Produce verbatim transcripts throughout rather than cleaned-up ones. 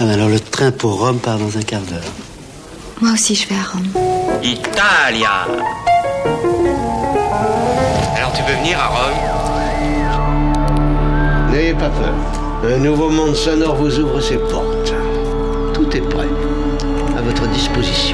Alors le train pour Rome part dans un quart d'heure. Moi aussi, je vais à Rome. Italia. Alors tu veux venir à Rome? N'ayez pas peur. Un nouveau monde sonore vous ouvre ses portes. Tout est prêt. À votre disposition.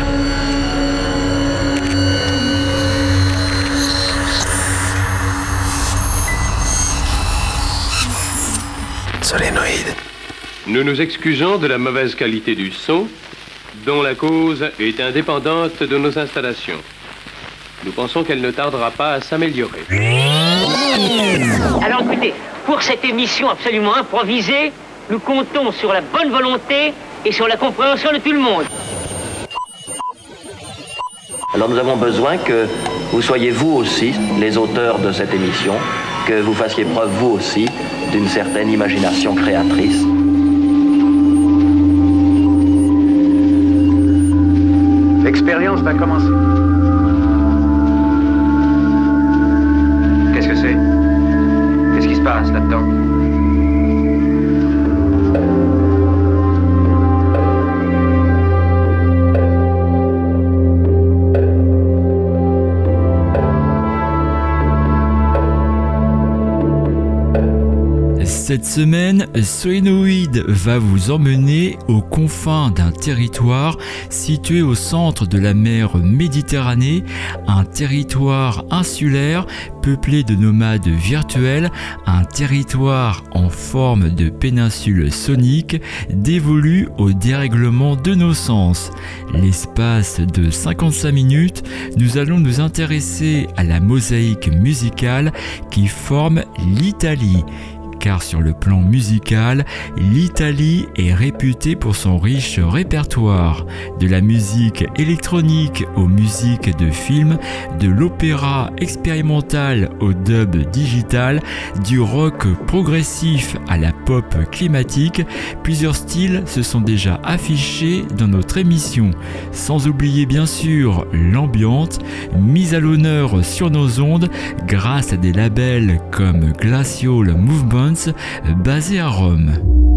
Solénoïde. Nous nous excusons de la mauvaise qualité du son, dont la cause est indépendante de nos installations. Nous pensons qu'elle ne tardera pas à s'améliorer. Alors écoutez, pour cette émission absolument improvisée, nous comptons sur la bonne volonté et sur la compréhension de tout le monde. Alors nous avons besoin que vous soyez vous aussi les auteurs de cette émission, que vous fassiez preuve vous aussi d'une certaine imagination créatrice. L'expérience va commencer. Qu'est-ce que c'est? Qu'est-ce qui se passe là-dedans? Cette semaine, Solénoïde va vous emmener aux confins d'un territoire situé au centre de la mer Méditerranée, un territoire insulaire peuplé de nomades virtuels, un territoire en forme de péninsule sonique dévolu au dérèglement de nos sens. L'espace de cinquante-cinq minutes, nous allons nous intéresser à la mosaïque musicale qui forme l'Italie. Car sur le plan musical, l'Italie est réputée pour son riche répertoire. De la musique électronique aux musiques de films, de l'opéra expérimental au dub digital, du rock progressif à la pop climatique, plusieurs styles se sont déjà affichés dans notre émission. Sans oublier bien sûr l'ambiance, mise à l'honneur sur nos ondes grâce à des labels comme Glacial Movements, basé à Rome.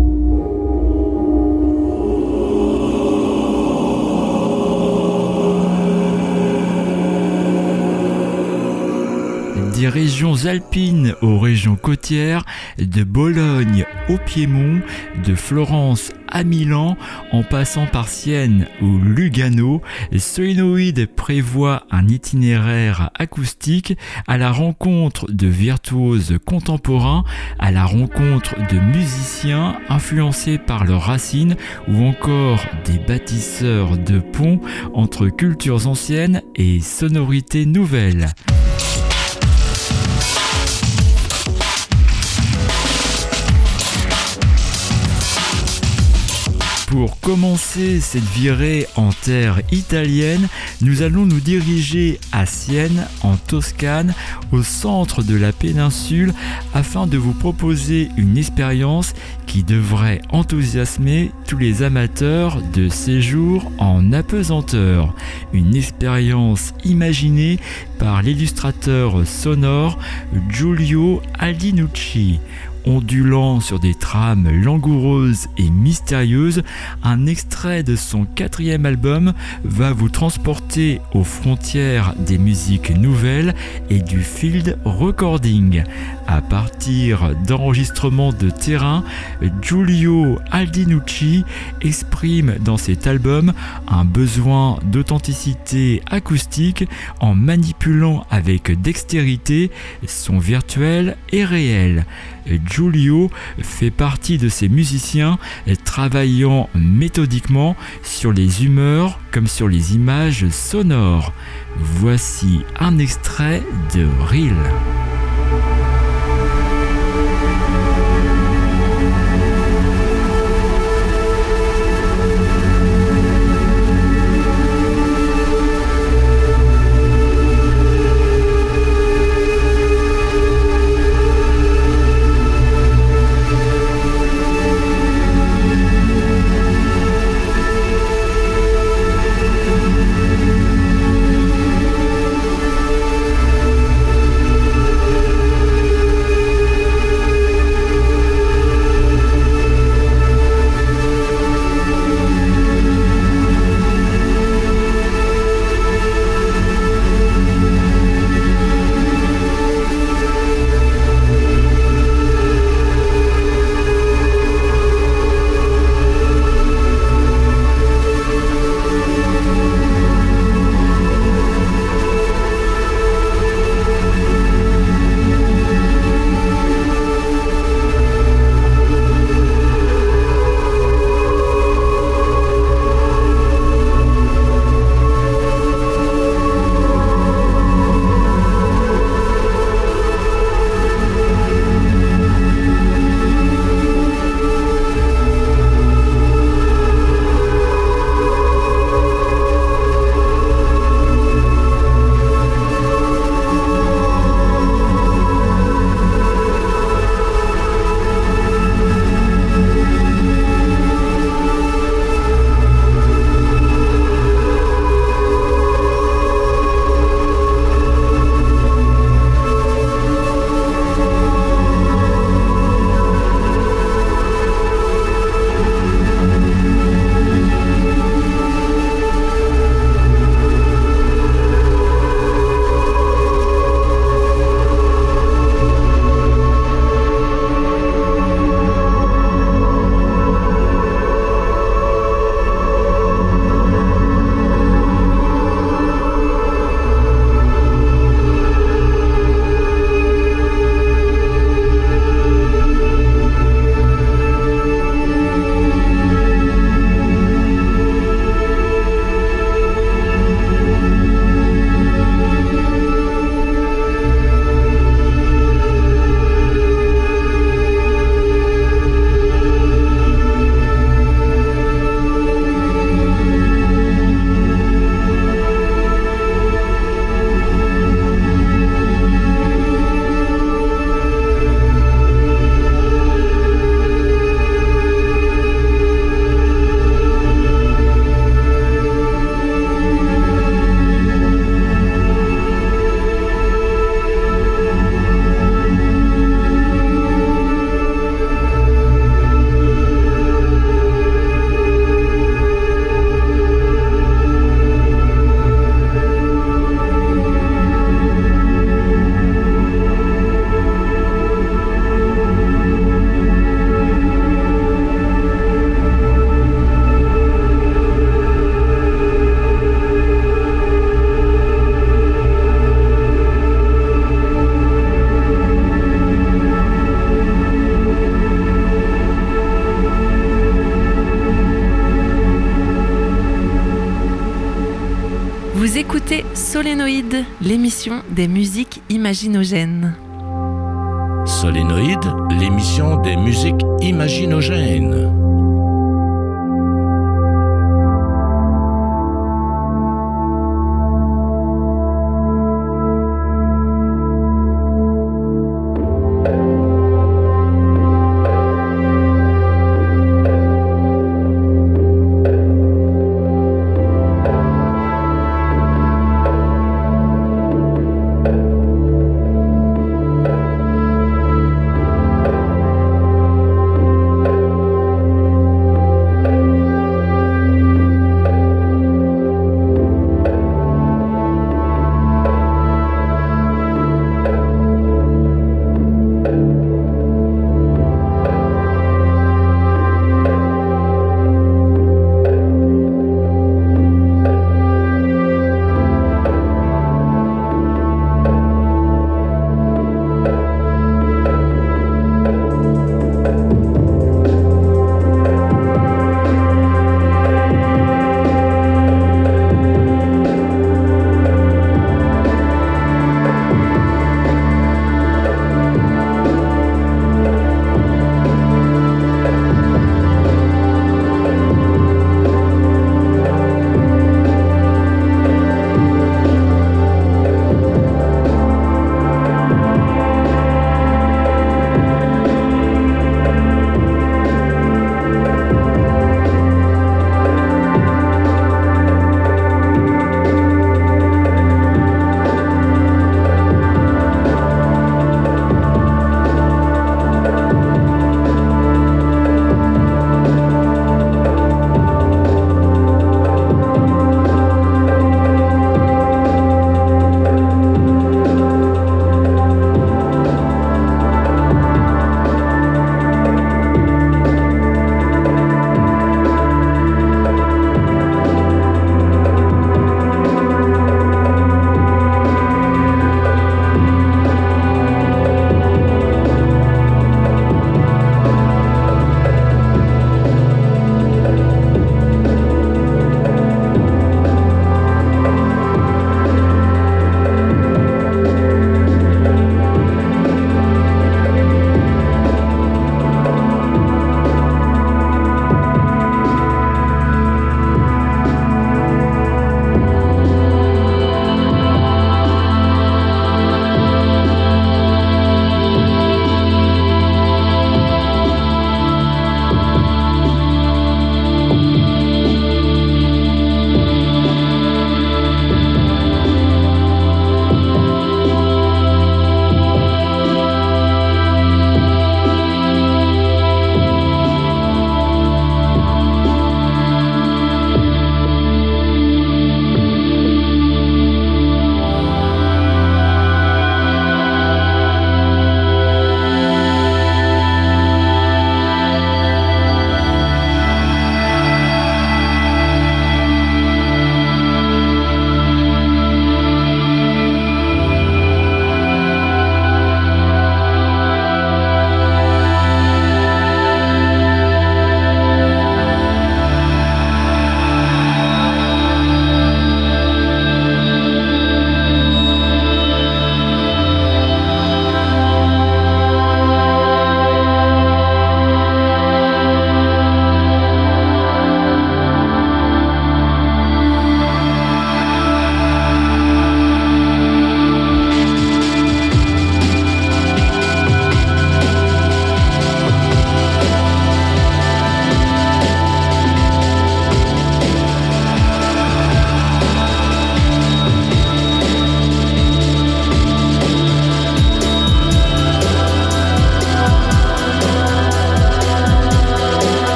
Des régions alpines aux régions côtières, de Bologne au Piémont, de Florence à Milan, en passant par Sienne ou Lugano, Solénoïde prévoit un itinéraire acoustique à la rencontre de virtuoses contemporains, à la rencontre de musiciens influencés par leurs racines ou encore des bâtisseurs de ponts entre cultures anciennes et sonorités nouvelles. Pour commencer cette virée en terre italienne, nous allons nous diriger à Sienne, en Toscane, au centre de la péninsule, afin de vous proposer une expérience qui devrait enthousiasmer tous les amateurs de séjours en apesanteur. Une expérience imaginée par l'illustrateur sonore Giulio Aldinucci. Ondulant sur des trames langoureuses et mystérieuses, un extrait de son quatrième album va vous transporter aux frontières des musiques nouvelles et du field recording. À partir d'enregistrements de terrain, Giulio Aldinucci exprime dans cet album un besoin d'authenticité acoustique en manipulant avec dextérité son virtuel et réel. Giulio fait partie de ces musiciens travaillant méthodiquement sur les humeurs comme sur les images sonores. Voici un extrait de Real. écoutez Solénoïde, l'émission des musiques imaginogènes. Solénoïde, l'émission des musiques imaginogènes.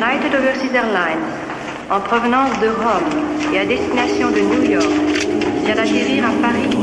United Overseas Airlines, en provenance de Rome et à destination de New York, vient d'atterrir à Paris.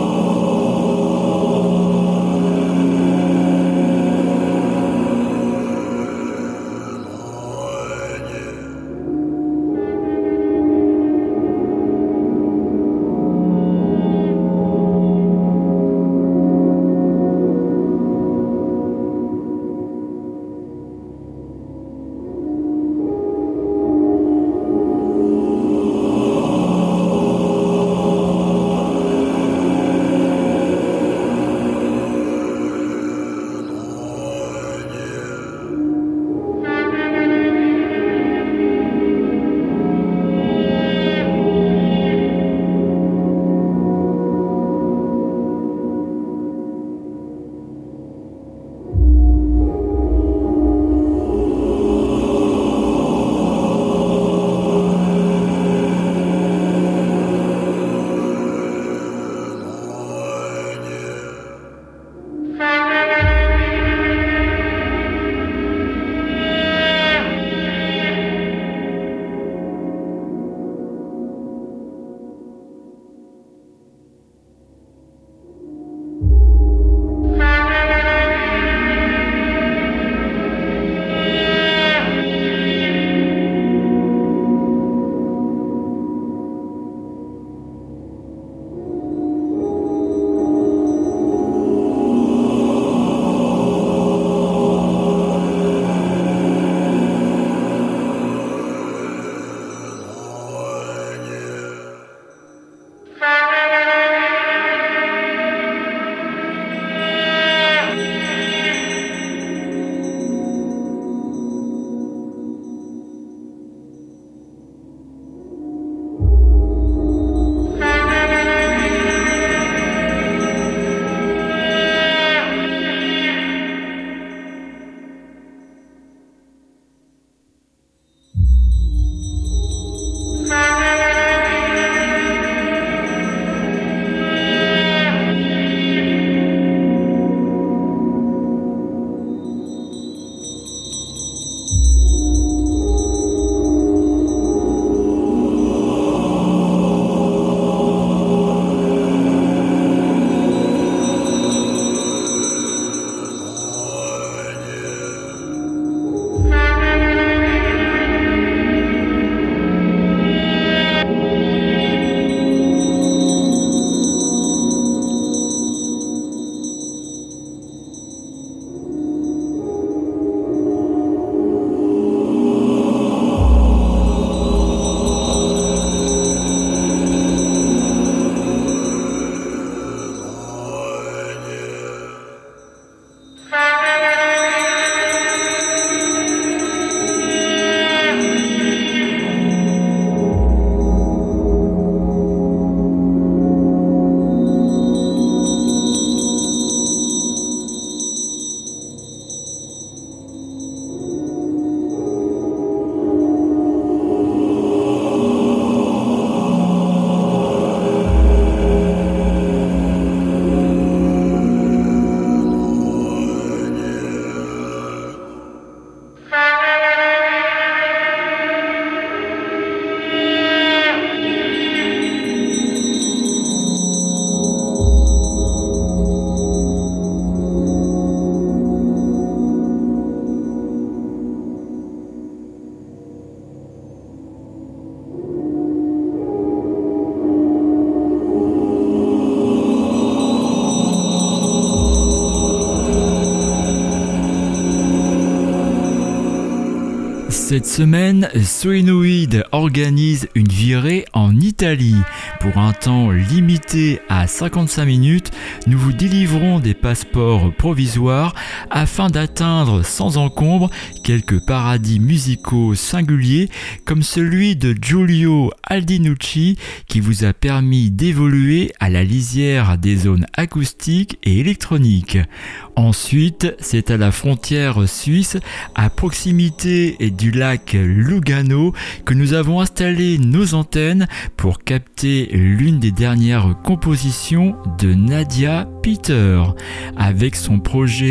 Cette semaine, Solenoid organise une virée en Italie. Pour un temps limité à cinquante-cinq minutes, nous vous délivrons des passeports provisoires afin d'atteindre sans encombre quelques paradis musicaux singuliers comme celui de Giulio Aldinucci qui vous a permis d'évoluer à la lisière des zones acoustiques et électroniques. Ensuite, c'est à la frontière suisse, à proximité du lac Lugano, que nous avons installé nos antennes pour capter l'une des dernières compositions de Nadia Peter. Avec son projet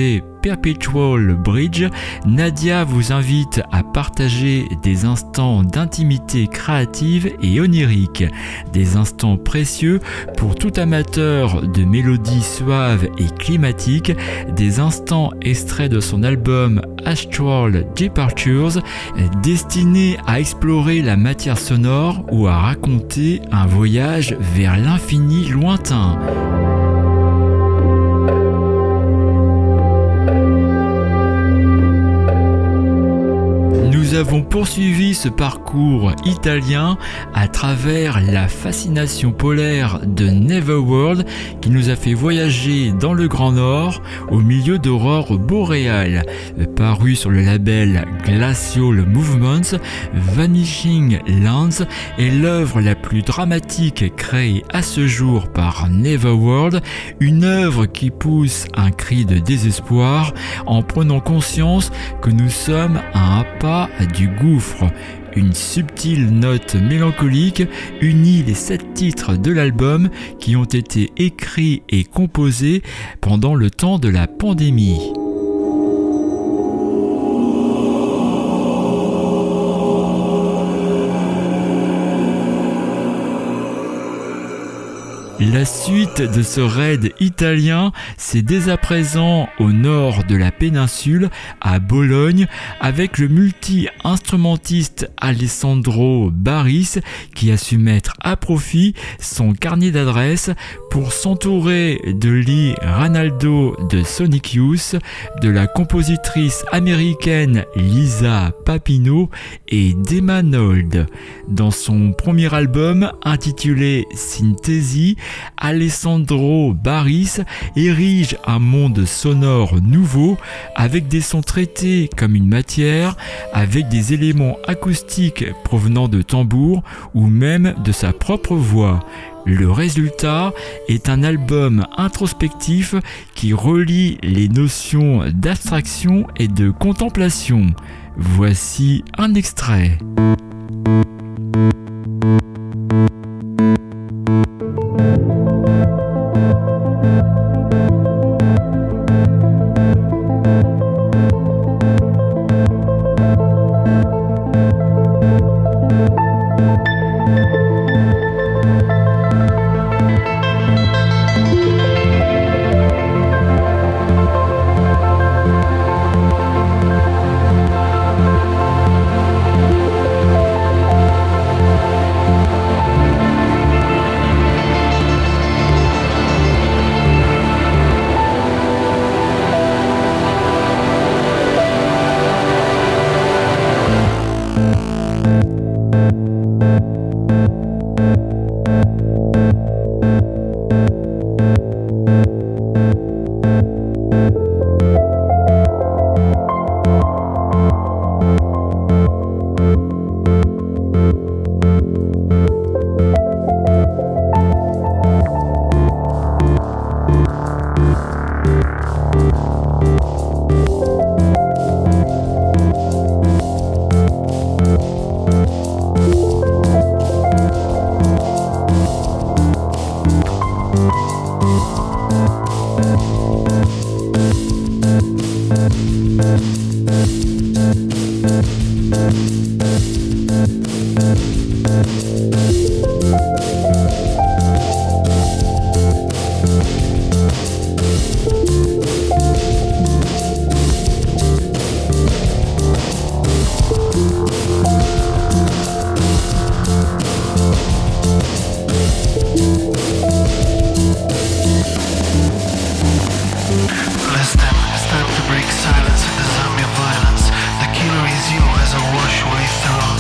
Perpetual Bridge, Nadia vous invite à partager des instants d'intimité créative et onirique, des instants précieux pour tout amateur de mélodies suaves et climatiques, des instants extraits de son album Astral Departures, destinés à explorer la matière sonore ou à raconter un voyage vers l'infini lointain. Nous avons poursuivi ce parcours italien à travers la fascination polaire de Neverworld qui nous a fait voyager dans le Grand Nord au milieu d'aurores boréales. Paru sur le label Glacial Movements, Vanishing Lands est l'œuvre la plus dramatique créée à ce jour par Neverworld, une œuvre qui pousse un cri de désespoir en prenant conscience que nous sommes à un pas du gouffre. Une subtile note mélancolique unit les sept titres de l'album qui ont été écrits et composés pendant le temps de la pandémie. La suite de ce raid italien, c'est dès à présent au nord de la péninsule, à Bologne, avec le multi-instrumentiste Alessandro Barris qui a su mettre à profit son carnet d'adresses pour s'entourer de Lee Ranaldo de Sonic Youth, de la compositrice américaine Lisa Papino et d'Emma Nold. Dans son premier album intitulé Synthesy, Alessandro Barris érige un monde sonore nouveau avec des sons traités comme une matière, avec des éléments acoustiques provenant de tambours ou même de sa propre voix. Le résultat est un album introspectif qui relie les notions d'abstraction et de contemplation. Voici un extrait. Silence in the zombie violence. The killer is you as I wash away through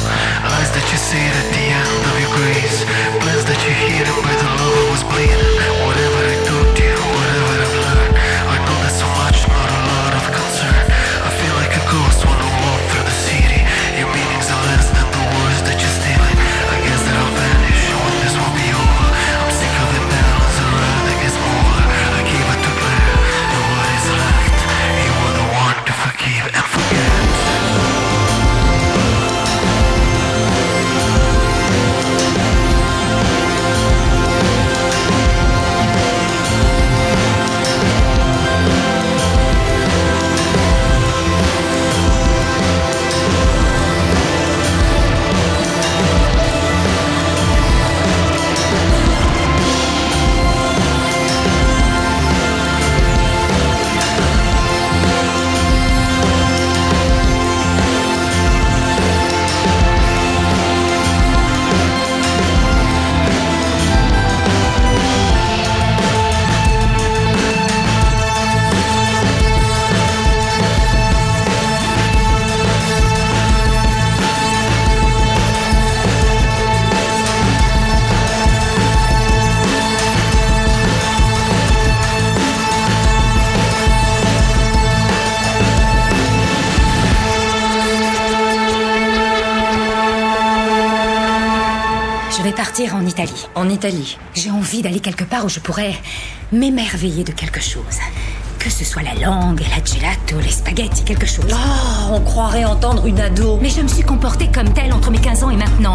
Je vais partir en Italie. En Italie? J'ai envie d'aller quelque part où je pourrais m'émerveiller de quelque chose. Que ce soit la langue, la gelato, les spaghettis, quelque chose. Oh, on croirait entendre une ado. Mais je me suis comportée comme telle entre mes quinze ans et maintenant.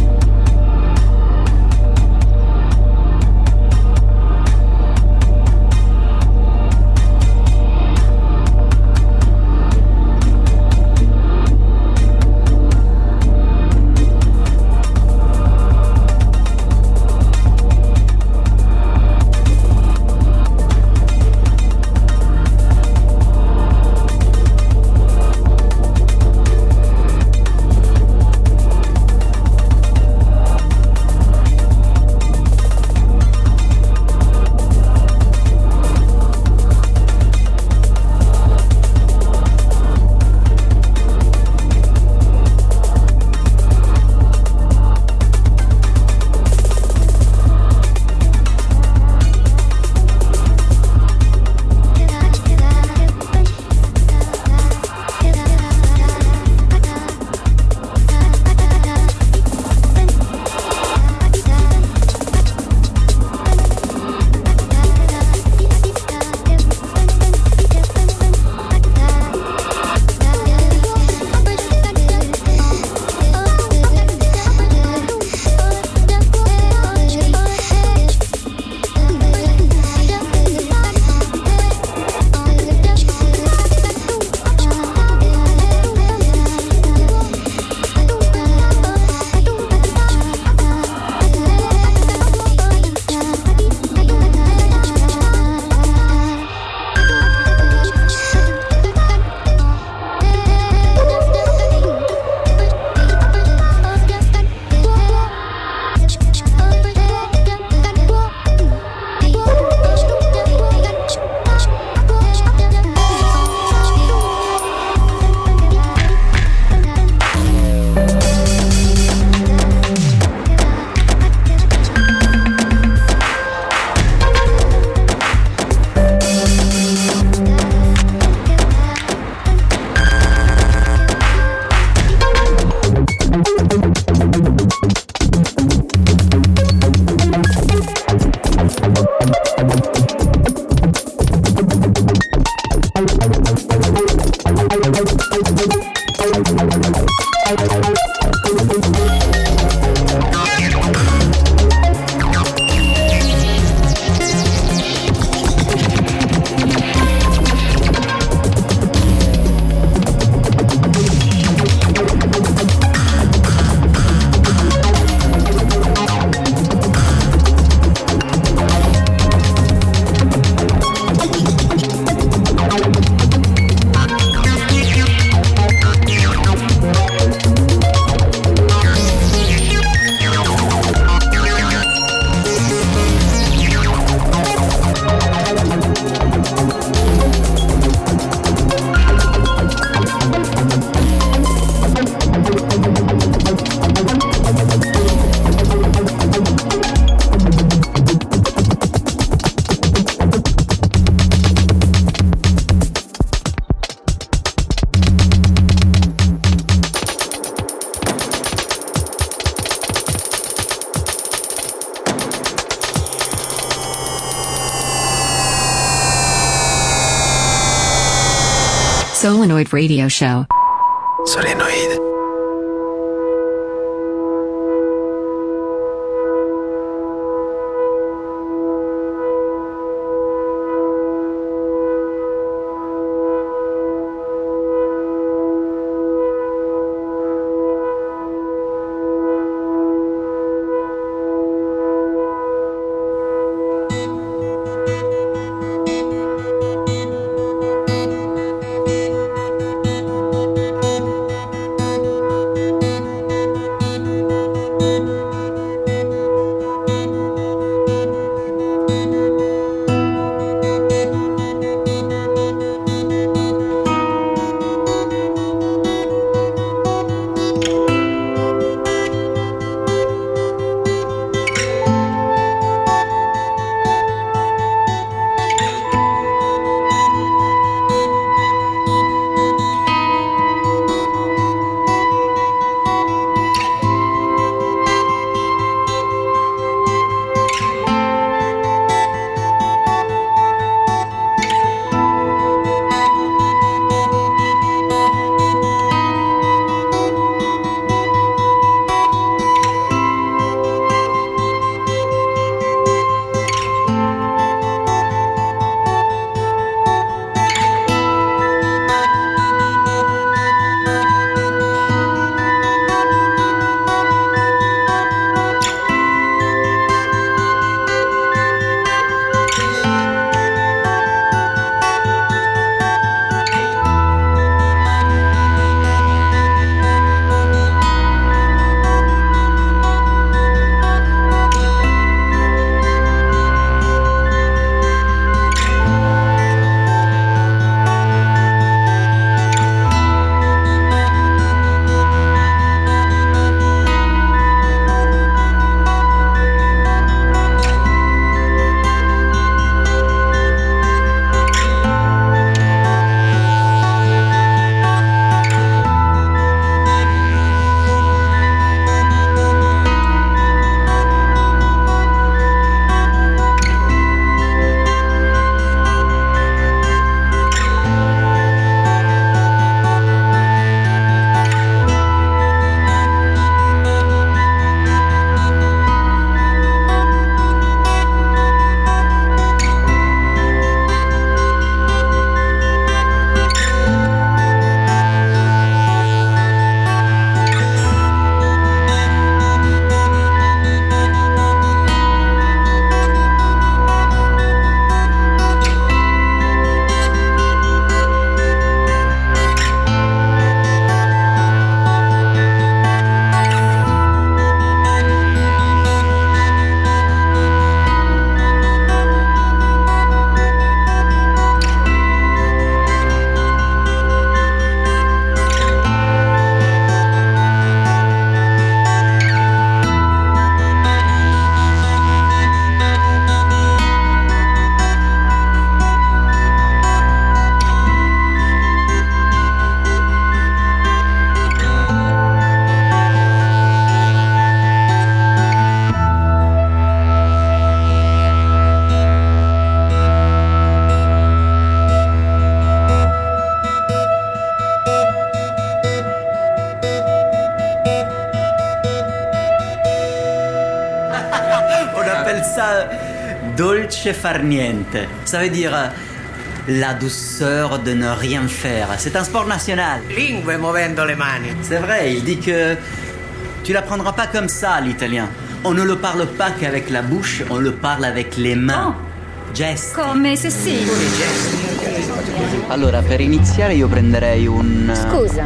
Solenoid Radio Show. Solenoid. ça, dolce far niente. Ça veut dire euh, la douceur de ne rien faire. C'est un sport national. Lingue muovendo le mani. C'est vrai, il dit que tu l'apprendras pas comme ça, l'italien. On ne le parle pas qu'avec la bouche, on le parle avec les mains. Oh. Gesti. Come se sì. Allora, per iniziare io prenderei un... Scusa.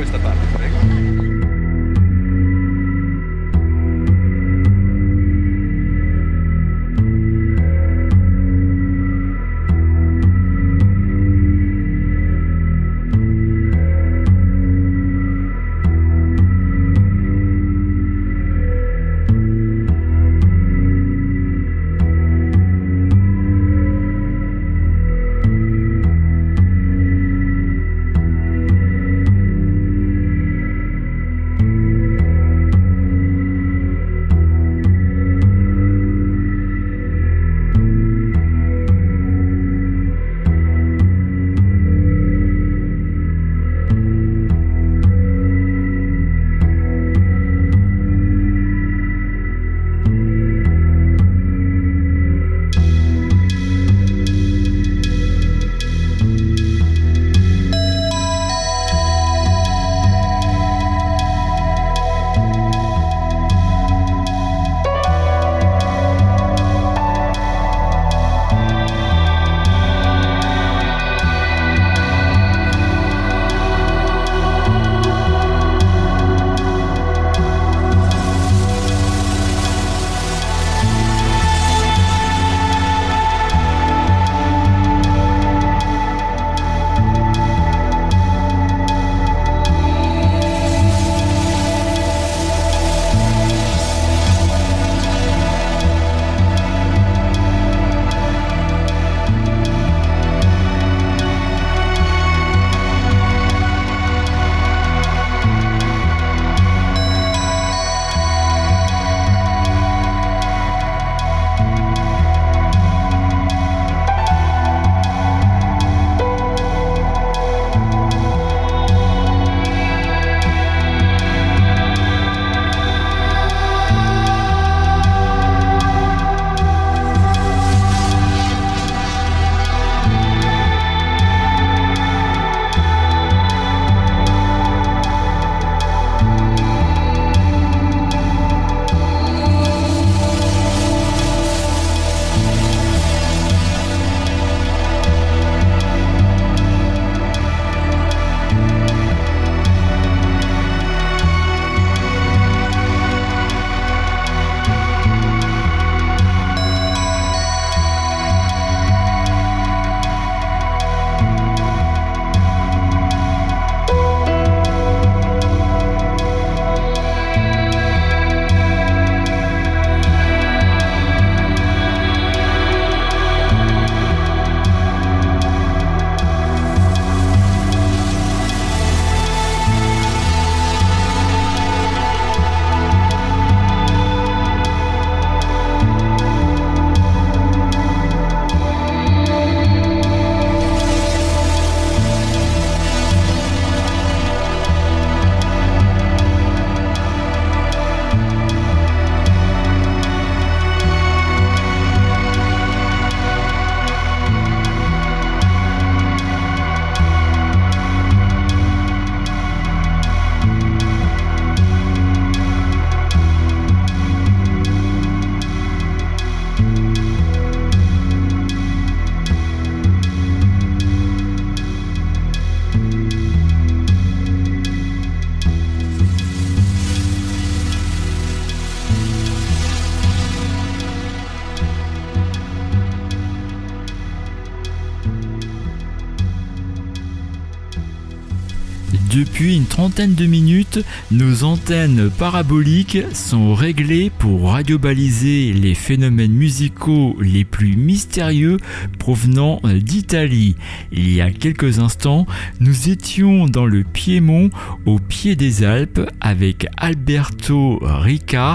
Depuis une trentaine de minutes, nos antennes paraboliques sont réglées pour radiobaliser les phénomènes musicaux les plus mystérieux provenant d'Italie. Il y a quelques instants, nous étions dans le Piémont, au pied des Alpes, avec Alberto Rica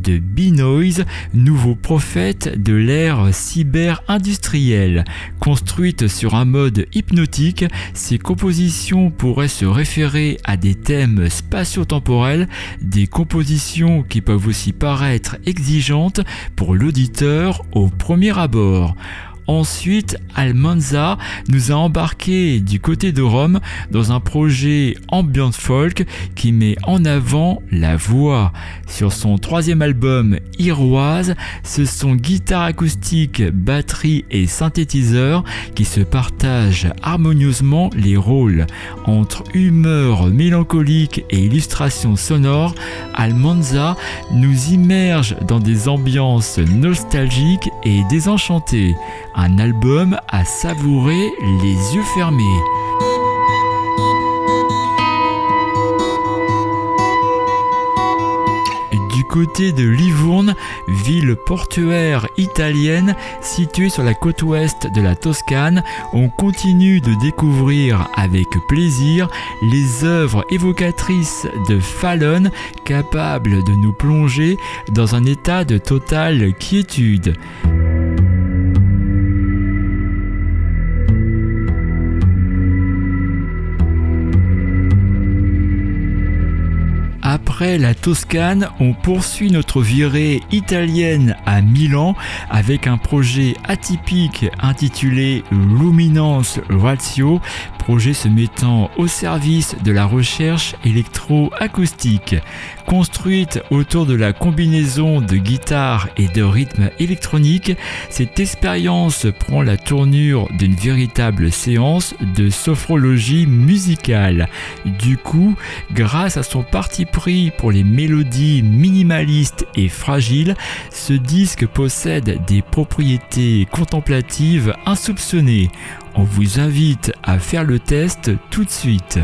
de B-Noise, nouveau prophète de l'ère cyber-industrielle. Construite sur un mode hypnotique, ces compositions pourraient se référer à des thèmes spatio-temporels, des compositions qui peuvent aussi paraître exigeantes pour l'auditeur au premier abord. Ensuite, Almanza nous a embarqués du côté de Rome dans un projet ambient folk qui met en avant la voix. Sur son troisième album Iroise, ce sont guitare acoustique, batterie et synthétiseur qui se partagent harmonieusement les rôles. Entre humeur mélancolique et illustration sonore, Almanza nous immerge dans des ambiances nostalgiques et désenchantées. Un album à savourer les yeux fermés. Du côté de Livourne, ville portuaire italienne située sur la côte ouest de la Toscane, on continue de découvrir avec plaisir les œuvres évocatrices de Fallon, capables de nous plonger dans un état de totale quiétude. Après la Toscane, on poursuit notre virée italienne à Milan avec un projet atypique intitulé Luminance Ratio, projet se mettant au service de la recherche électro-acoustique. Construite autour de la combinaison de guitare et de rythme électronique, cette expérience prend la tournure d'une véritable séance de sophrologie musicale. Du coup, grâce à son parti pris pour les mélodies minimalistes et fragiles, ce disque possède des propriétés contemplatives insoupçonnées. On vous invite à faire le test tout de suite.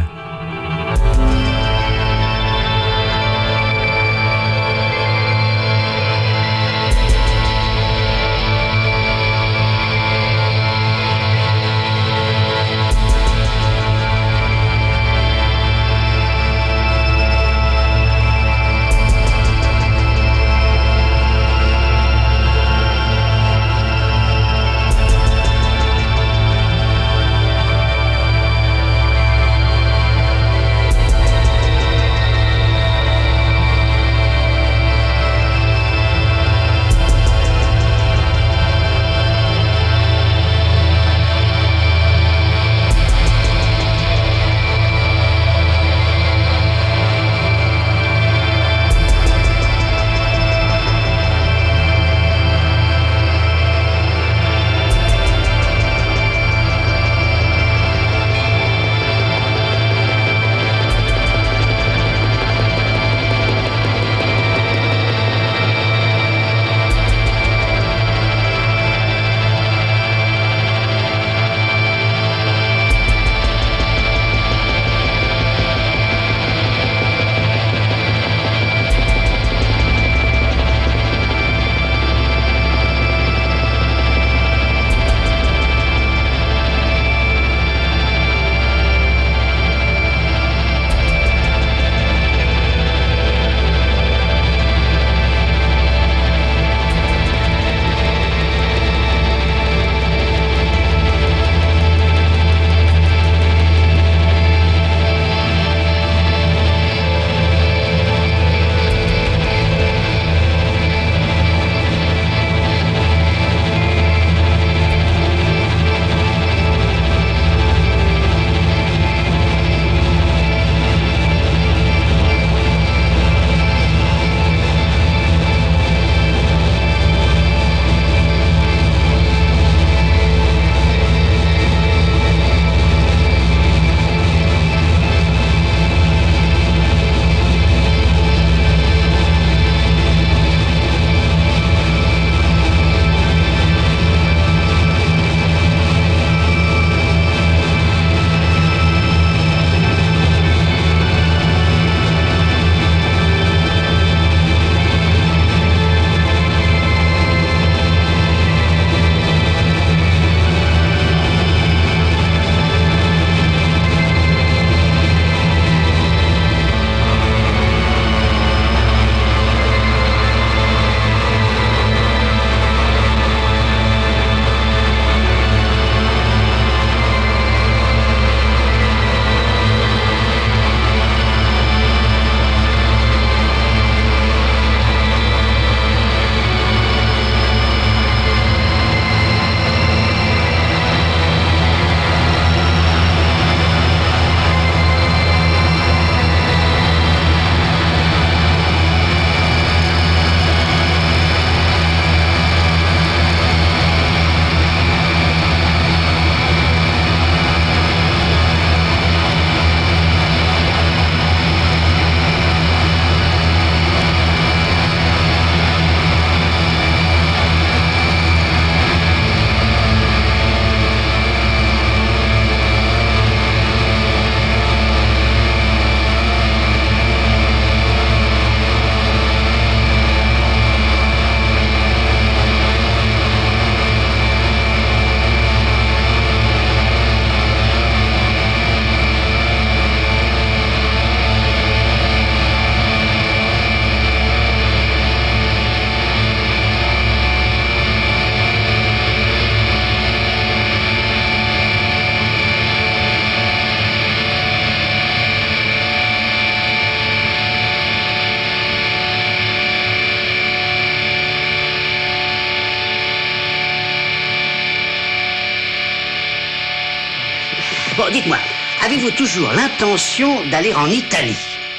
dites-moi, avez-vous toujours l'intention d'aller en Italie ?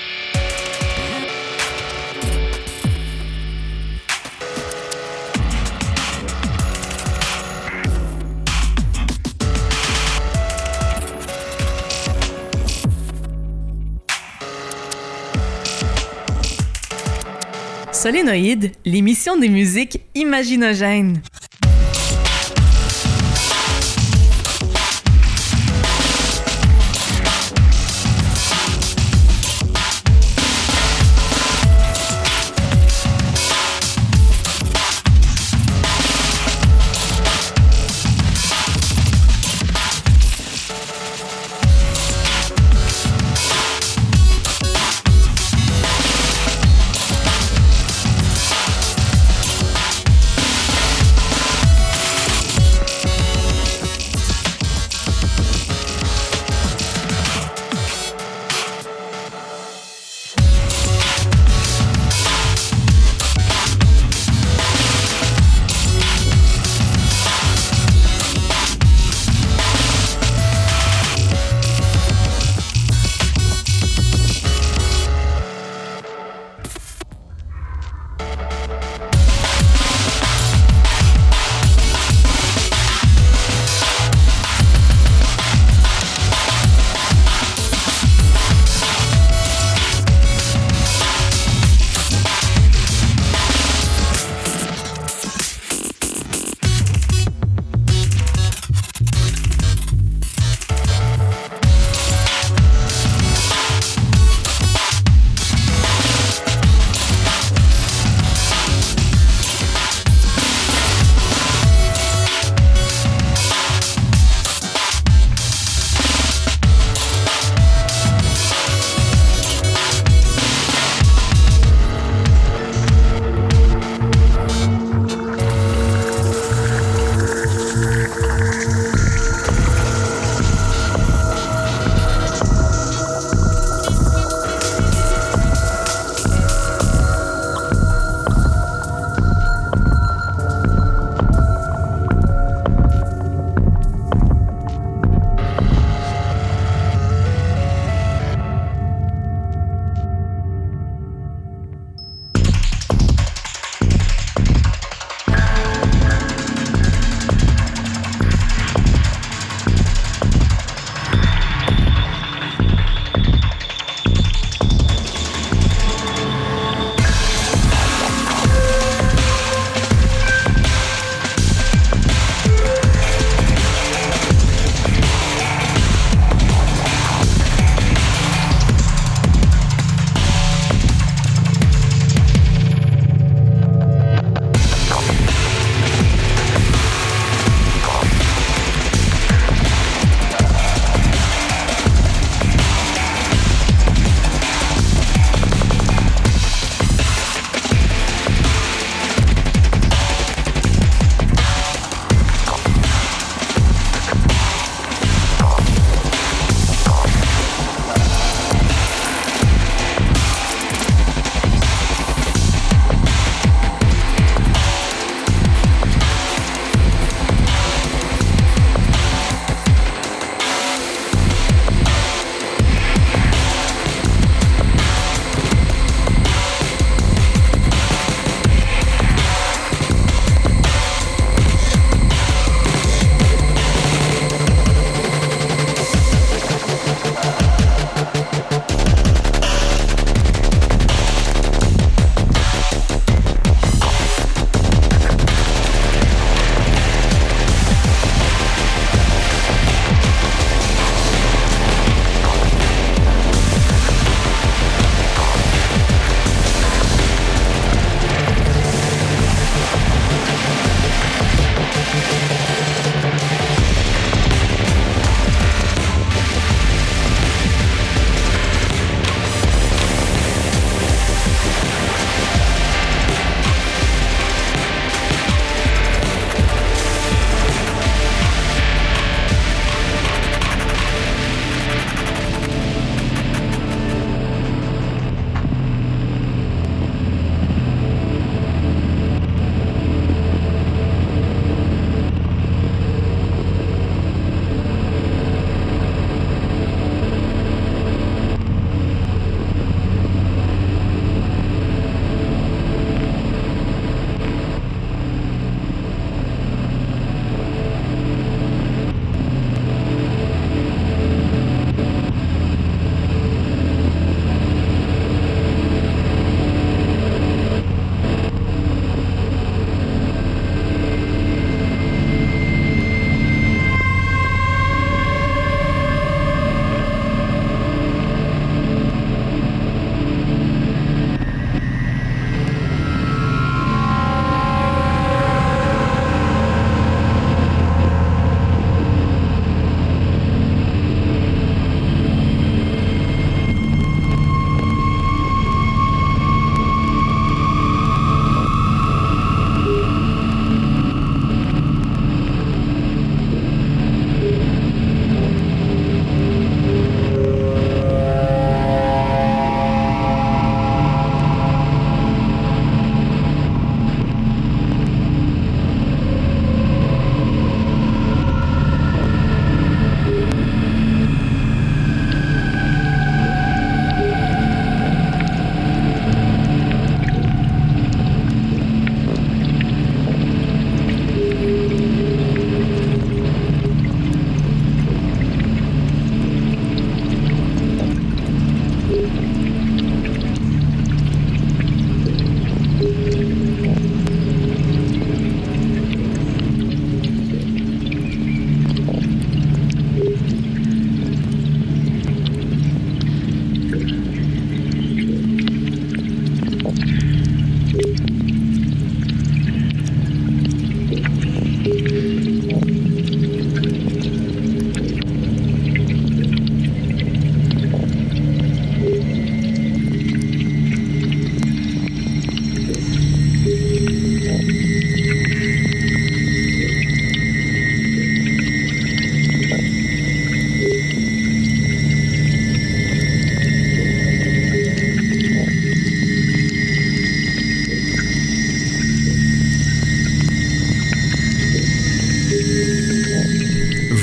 Solénoïde, l'émission des musiques imaginogènes.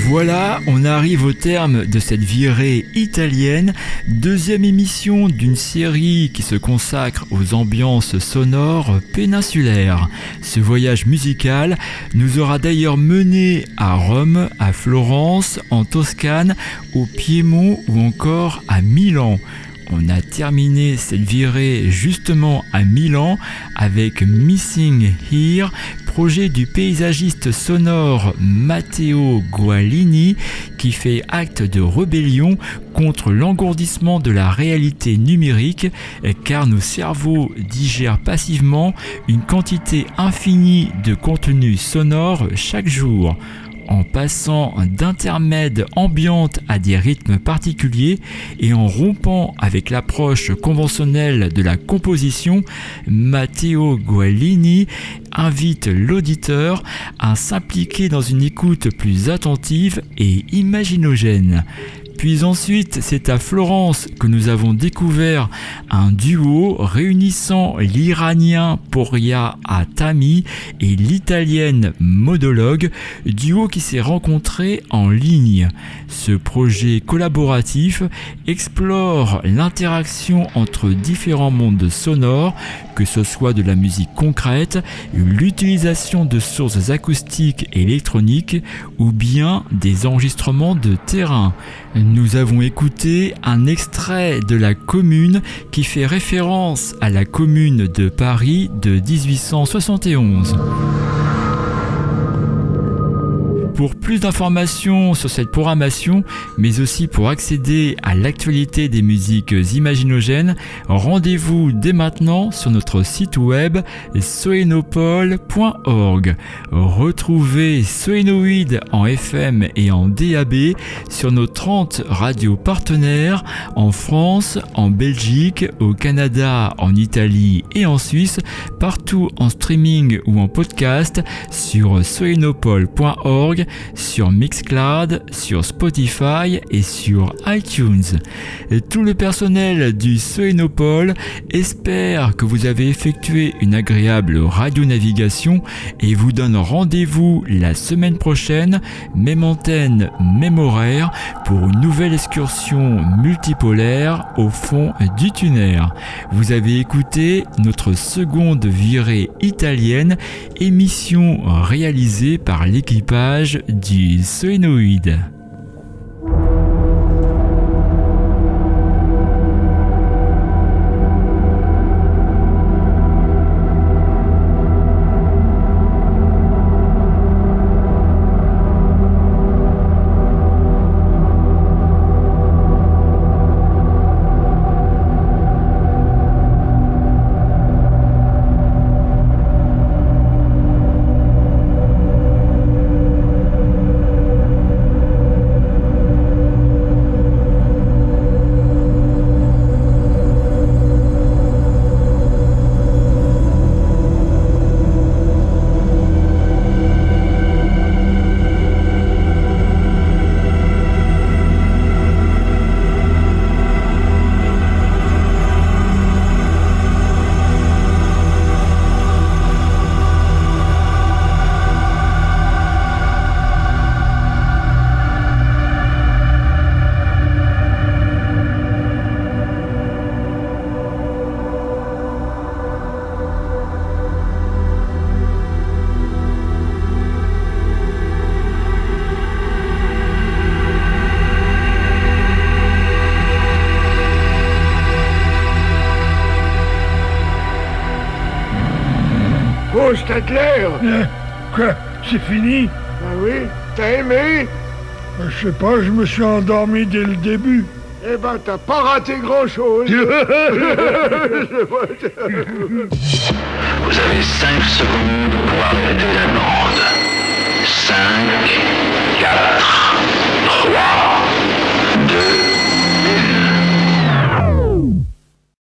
Voilà, on arrive au terme de cette virée italienne, deuxième émission d'une série qui se consacre aux ambiances sonores péninsulaires. Ce voyage musical nous aura d'ailleurs mené à Rome, à Florence, en Toscane, au Piémont ou encore à Milan. On a terminé cette virée justement à Milan avec Missing Here, projet du paysagiste sonore Matteo Gualini qui fait acte de rébellion contre l'engourdissement de la réalité numérique car nos cerveaux digèrent passivement une quantité infinie de contenu sonore chaque jour. En passant d'intermèdes ambiantes à des rythmes particuliers et en rompant avec l'approche conventionnelle de la composition, Matteo Gualini invite l'auditeur à s'impliquer dans une écoute plus attentive et imaginogène. Puis ensuite, c'est à Florence que nous avons découvert un duo réunissant l'Iranien Poria Atami et l'Italienne Modologue, duo qui s'est rencontré en ligne. Ce projet collaboratif explore l'interaction entre différents mondes sonores, que ce soit de la musique concrète, l'utilisation de sources acoustiques et électroniques ou bien des enregistrements de terrain. Nous avons écouté un extrait de La Commune qui fait référence à la Commune de Paris de dix-huit cent soixante et onze. Pour plus d'informations sur cette programmation, mais aussi pour accéder à l'actualité des musiques imaginogènes, rendez-vous dès maintenant sur notre site web soenopol point org. Retrouvez Soénoïde en F M et en D A B sur nos trente radios partenaires en France, en Belgique, au Canada, en Italie et en Suisse, partout en streaming ou en podcast sur soenopol point org, sur Mixcloud, sur Spotify et sur iTunes. Et tout le personnel du Soénopol espère que vous avez effectué une agréable radionavigation et vous donne rendez-vous la semaine prochaine, même antenne, même horaire, pour une nouvelle excursion multipolaire au fond du tunnel. Vous avez écouté notre seconde virée italienne, émission réalisée par l'équipage du Soénoïde. Oh, c'était clair. Euh, quoi? C'est fini? Ah oui? T'as aimé? Euh, je sais pas, je me suis endormi dès le début. Eh ben, t'as pas raté grand-chose. Vous avez cinq secondes